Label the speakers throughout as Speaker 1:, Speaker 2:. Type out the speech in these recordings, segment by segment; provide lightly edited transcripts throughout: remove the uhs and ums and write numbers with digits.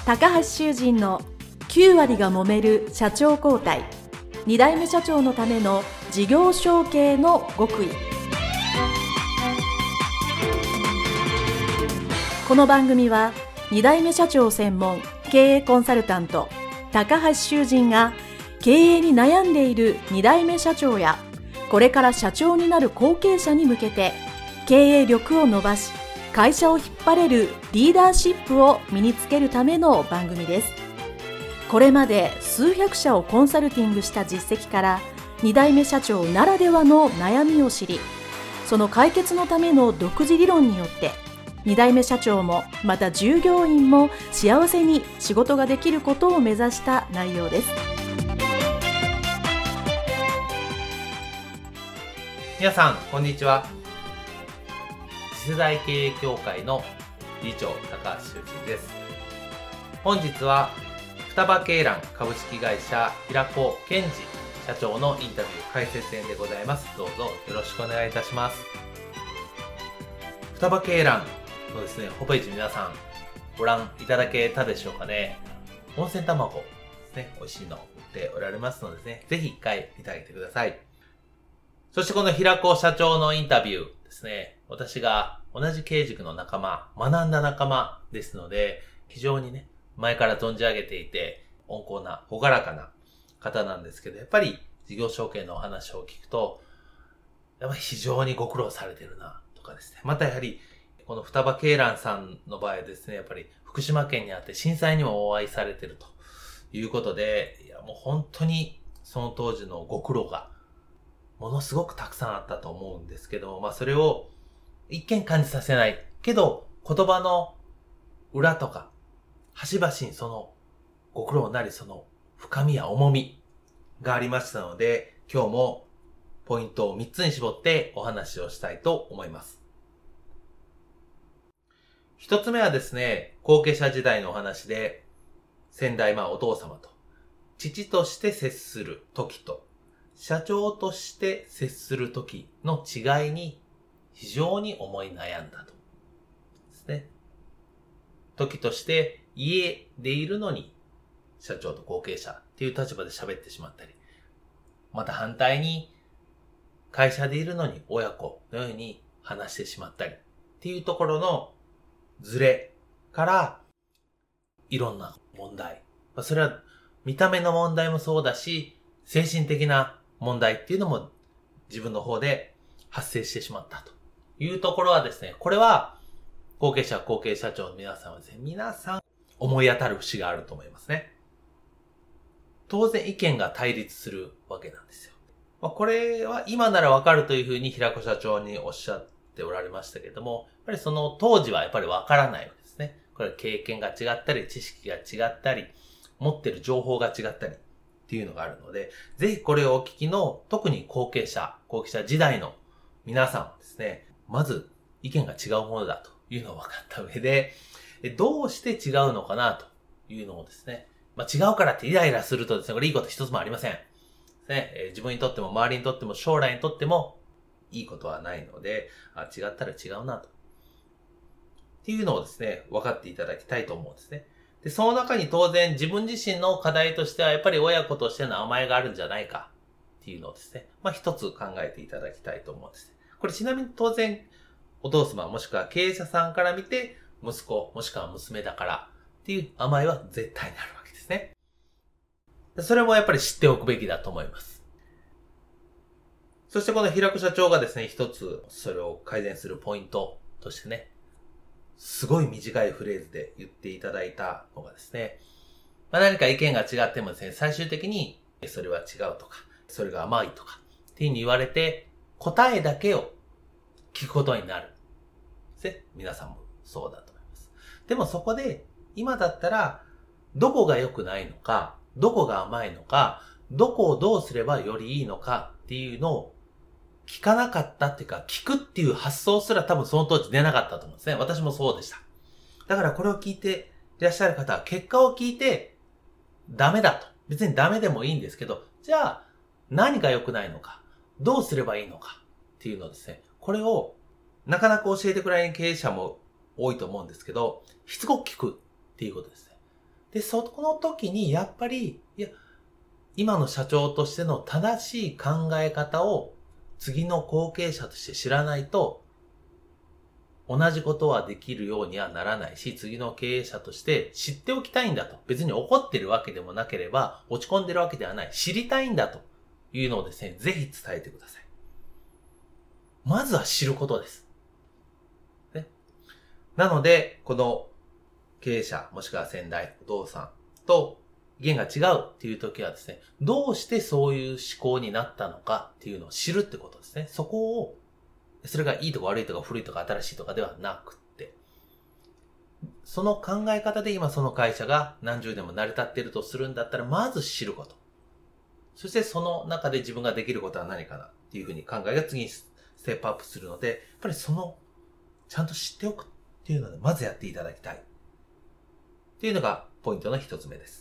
Speaker 1: 高橋修人の9割が揉める社長交代、2代目社長のための事業承継の極意。この番組は2代目社長専門経営コンサルタント高橋修人が経営に悩んでいる2代目社長やこれから社長になる後継者に向けて経営力を伸ばし会社を引っ張れるリーダーシップを身につけるための番組です。これまで数百社をコンサルティングした実績から2代目社長ならではの悩みを知り、その解決のための独自理論によって2代目社長もまた従業員も幸せに仕事ができることを目指した内容です。
Speaker 2: 皆さんこんにちは。次世代経営協会の理事長高橋修人です。本日は双葉鶏卵株式会社平子健二社長のインタビュー解説編でございます。どうぞよろしくお願いいたします。双葉鶏卵のですね、ホームページ皆さんご覧いただけたでしょうかね。温泉卵ですね、美味しいの売っておられますのでね、ぜひ一回見てあげてください。そしてこの平子社長のインタビューですね、私が同じ経営塾の仲間、学んだ仲間ですので、非常にね、前から存じ上げていて、温厚な、朗らかな方なんですけど、やっぱり事業承継のお話を聞くと、やっぱり非常にご苦労されてるな、とかですね。またやはり、この双葉鶏卵さんの場合ですね、やっぱり福島県にあって震災にもお会いされてるということで、いやもう本当にその当時のご苦労がものすごくたくさんあったと思うんですけど、それを一見感じさせないけど、言葉の裏とか端々にそのご苦労なりその深みや重みがありましたので、今日もポイントを3つに絞ってお話をしたいと思います。一つ目はですね、後継者時代のお話で、先代お父様と父として接する時と社長として接する時の違いに非常に思い悩んだとですね。時として家でいるのに社長と後継者っていう立場で喋ってしまったり、また反対に会社でいるのに親子のように話してしまったりっていうところのズレからいろんな問題、それは見た目の問題もそうだし、精神的な問題っていうのも自分の方で発生してしまったというところはですね、これは後継者後継社長の皆さんはですね、皆さん思い当たる節があると思いますね。当然意見が対立するわけなんですよ。これは今ならわかるというふうに平子社長におっしゃっておられましたけれども、やっぱりその当時はやっぱりわからないわけですね。これは経験が違ったり、知識が違ったり、持ってる情報が違ったりっていうのがあるので、ぜひこれをお聞きの特に後継者時代の皆さんはですね、まず意見が違うものだというのを分かった上で、どうして違うのかなというのをですね、違うからってイライラするとですね、これいいこと一つもありません。自分にとっても周りにとっても将来にとってもいいことはないので、違ったら違うなと。っていうのをですね、分かっていただきたいと思うんですね。で、その中に当然自分自身の課題としてはやっぱり親子としての甘えがあるんじゃないかっていうのをですね、一つ考えていただきたいと思うんですね。これちなみに当然お父様もしくは経営者さんから見て息子もしくは娘だからっていう甘えは絶対にあるわけですね。それもやっぱり知っておくべきだと思います。そしてこの平子社長がですね、一つそれを改善するポイントとしてね、すごい短いフレーズで言っていただいたのがですね、何か意見が違ってもですね、最終的にそれは違うとか、それが甘いとかっていう風に言われて、答えだけを聞くことになる。ですね。皆さんもそうだと思います。でもそこで、今だったら、どこが良くないのか、どこが甘いのか、どこをどうすればよりいいのかっていうのを聞かなかったっていうか、聞くっていう発想すら多分その当時出なかったと思うんですね。私もそうでした。だからこれを聞いていらっしゃる方は、結果を聞いてダメだと。別にダメでもいいんですけど、じゃあ何が良くないのか、どうすればいいのかっていうのをですね、これをなかなか教えてくれない経営者も多いと思うんですけど、しつこく聞くっていうことですね。 で、そこの時にやっぱり、今の社長としての正しい考え方を次の後継者として知らないと、同じことはできるようにはならないし、次の経営者として知っておきたいんだと。別に怒ってるわけでもなければ、落ち込んでるわけではない。知りたいんだというのをですね、ぜひ伝えてください。まずは知ることです。ね。なので、この経営者、もしくは先代、お父さんと意見が違うっていう時はですね、どうしてそういう思考になったのかっていうのを知るってことですね。それがいいとか悪いとか古いとか新しいとかではなくって、その考え方で今その会社が何十年も成り立っているとするんだったら、まず知ること。そしてその中で自分ができることは何かなっていうふうに考えが次にステップアップするので、やっぱりちゃんと知っておくっていうので、まずやっていただきたい。っていうのがポイントの一つ目です。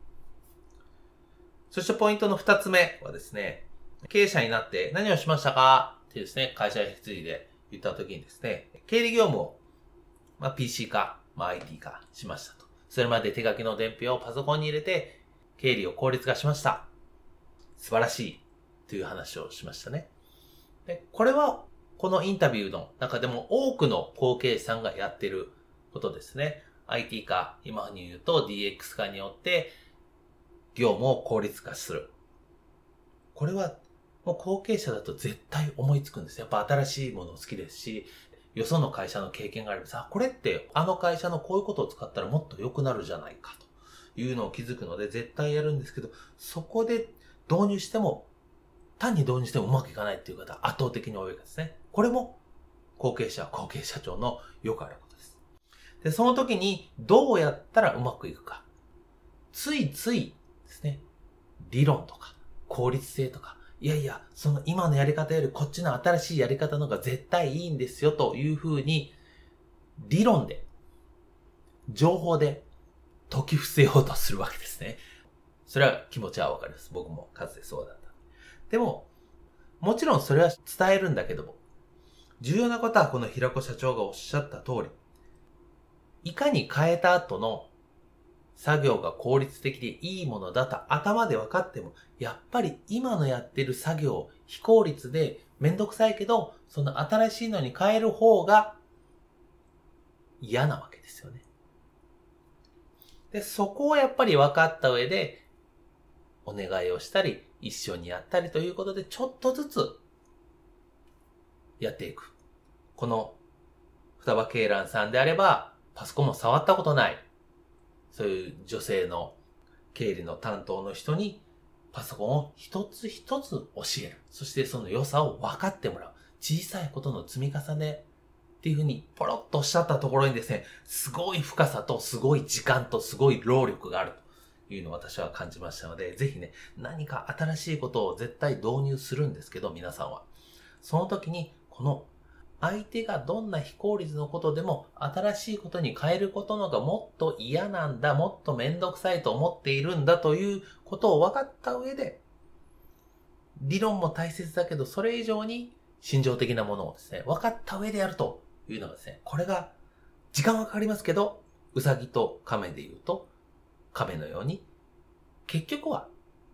Speaker 2: そしてポイントの二つ目はですね、経営者になって何をしましたかってですね、会社に引き継いで言った時にですね、経理業務を、PC 化、IT 化しましたと。それまで手書きの伝票をパソコンに入れて、経理を効率化しました。素晴らしいという話をしましたね。で、これはこのインタビューの中でも多くの後継者さんがやっていることですね。IT 化、今に言うと DX 化によって業務を効率化する。これはもう後継者だと絶対思いつくんです。やっぱ新しいもの好きですし、よその会社の経験があります。これってあの会社のこういうことを使ったらもっと良くなるじゃないかというのを気づくので絶対やるんですけど、そこで導入しても、単に導入してもうまくいかないっていう方は圧倒的に多いですね。これも後継者長のよくあることです。で、その時にどうやったらうまくいくか。ついついですね、理論とか効率性とか、その今のやり方よりこっちの新しいやり方の方が絶対いいんですよというふうに、理論で、情報で解き伏せようとするわけですね。それは気持ちはわかります。僕もかつてそうだった。でも、もちろんそれは伝えるんだけども、重要なことはこの平子社長がおっしゃった通り、いかに変えた後の作業が効率的でいいものだと頭で分かっても、やっぱり今のやってる作業、非効率でめんどくさいけど、その新しいのに変える方が嫌なわけですよね。で、そこをやっぱり分かった上で、お願いをしたり、一緒にやったりということで、ちょっとずつやっていく。この双葉鶏卵さんであれば、パソコンも触ったことない。そういう女性の経理の担当の人にパソコンを一つ一つ教える。そしてその良さを分かってもらう。小さいことの積み重ねっていうふうにポロッとおっしゃったところにですね、すごい深さとすごい時間とすごい労力があるというのを私は感じましたので、ぜひね、何か新しいことを絶対導入するんですけど、皆さんは。その時にこの相手がどんな非効率のことでも新しいことに変えることのがもっと嫌なんだ、もっとめんどくさいと思っているんだということを分かった上で、理論も大切だけどそれ以上に心情的なものをですね、分かった上でやるというのがですね、これが時間はかかりますけど、うさぎと亀で言うと、亀のように結局は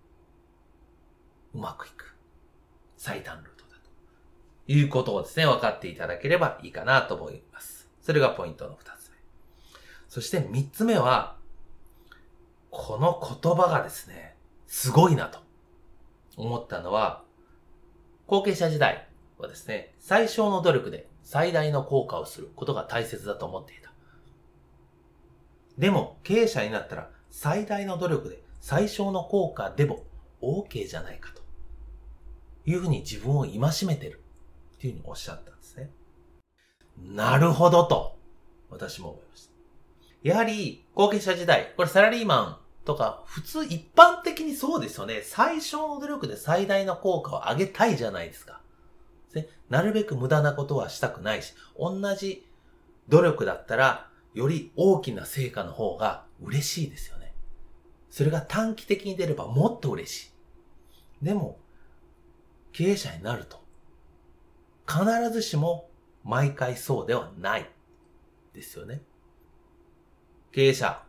Speaker 2: うまくいく最短ルートいうことをですね、分かっていただければいいかなと思います。それがポイントの二つ目。そして三つ目は、この言葉がですね、すごいなと思ったのは、後継者時代はですね、最小の努力で最大の効果をすることが大切だと思っていた。でも、経営者になったら、最大の努力で最小の効果でも OK じゃないかというふうに自分を戒めてる。っていうふうにおっしゃったんですね。なるほどと、私も思いました。やはり、後継者時代、これサラリーマンとか、普通一般的にそうですよね。最小の努力で最大の効果を上げたいじゃないですか。なるべく無駄なことはしたくないし、同じ努力だったら、より大きな成果の方が嬉しいですよね。それが短期的に出ればもっと嬉しい。でも、経営者になると、必ずしも毎回そうではないですよね。経営者、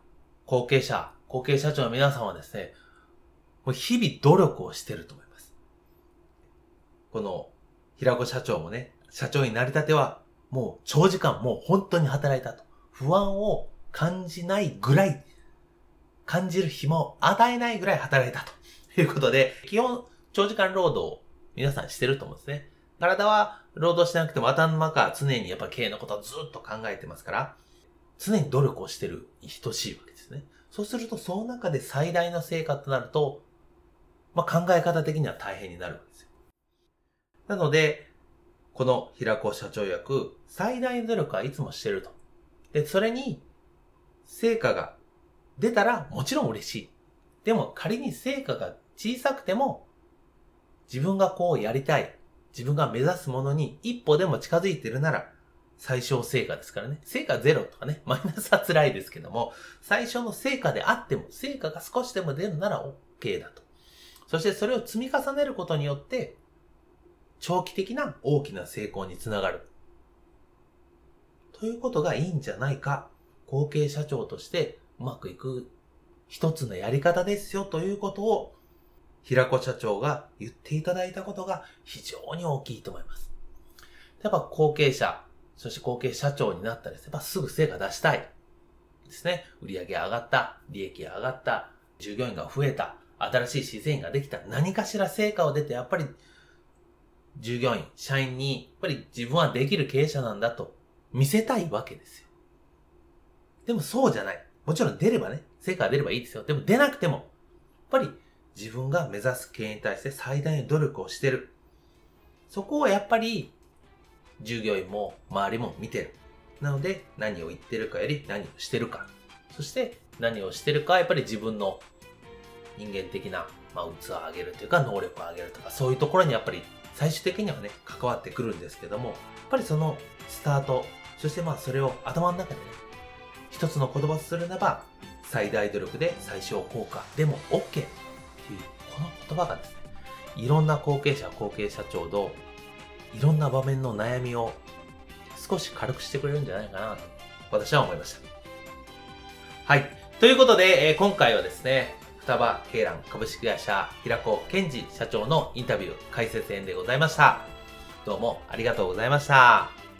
Speaker 2: 後継社長の皆さんはですね、もう日々努力をしていると思います。この平子社長もね、社長になりたてはもう長時間もう本当に働いたと。不安を感じないぐらい、感じる暇を与えないぐらい働いたということで、基本長時間労働を皆さんしてると思うんですね。体は労働しなくても頭の中は常にやっぱ経営のことをずっと考えてますから、常に努力をしてるに等しいわけですね。そうするとその中で最大の成果となると、考え方的には大変になるわけですよ。なので、この平子社長役、最大の努力はいつもしてると。で、それに成果が出たらもちろん嬉しい。でも仮に成果が小さくても、自分がこうやりたい、自分が目指すものに一歩でも近づいてるなら、最小成果ですからね。成果ゼロとかね、マイナスは辛いですけども、最初の成果であっても、成果が少しでも出るなら OK だと。そしてそれを積み重ねることによって、長期的な大きな成功につながる。ということがいいんじゃないか。後継社長としてうまくいく一つのやり方ですよということを、平子社長が言っていただいたことが非常に大きいと思います。やっぱ後継者、そして後継社長になったらやっぱすぐ成果出したいですね。売上上がった、利益上がった、従業員が増えた、新しい自然ができた、何かしら成果を出てやっぱり従業員、社員にやっぱり自分はできる経営者なんだと見せたいわけですよ。でもそうじゃない。もちろん出ればね、成果が出ればいいですよ。でも出なくても、やっぱり自分が目指す経営に対して最大の努力をしてる。そこをやっぱり従業員も周りも見てる。なので何を言ってるかより何をしてるか。そして何をしてるかはやっぱり自分の人間的な、器を上げるというか能力を上げるとか、そういうところにやっぱり最終的にはね、関わってくるんですけども、やっぱりそのスタート、そしてそれを頭の中でね、一つの言葉とするならば、最大努力で最小効果でも OK っていう、この言葉がですね、いろんな後継者、後継社長のいろんな場面の悩みを少し軽くしてくれるんじゃないかなと、私は思いました。はい。ということで、今回はですね、双葉鶏卵株式会社平子健二社長のインタビュー解説編でございました。どうもありがとうございました。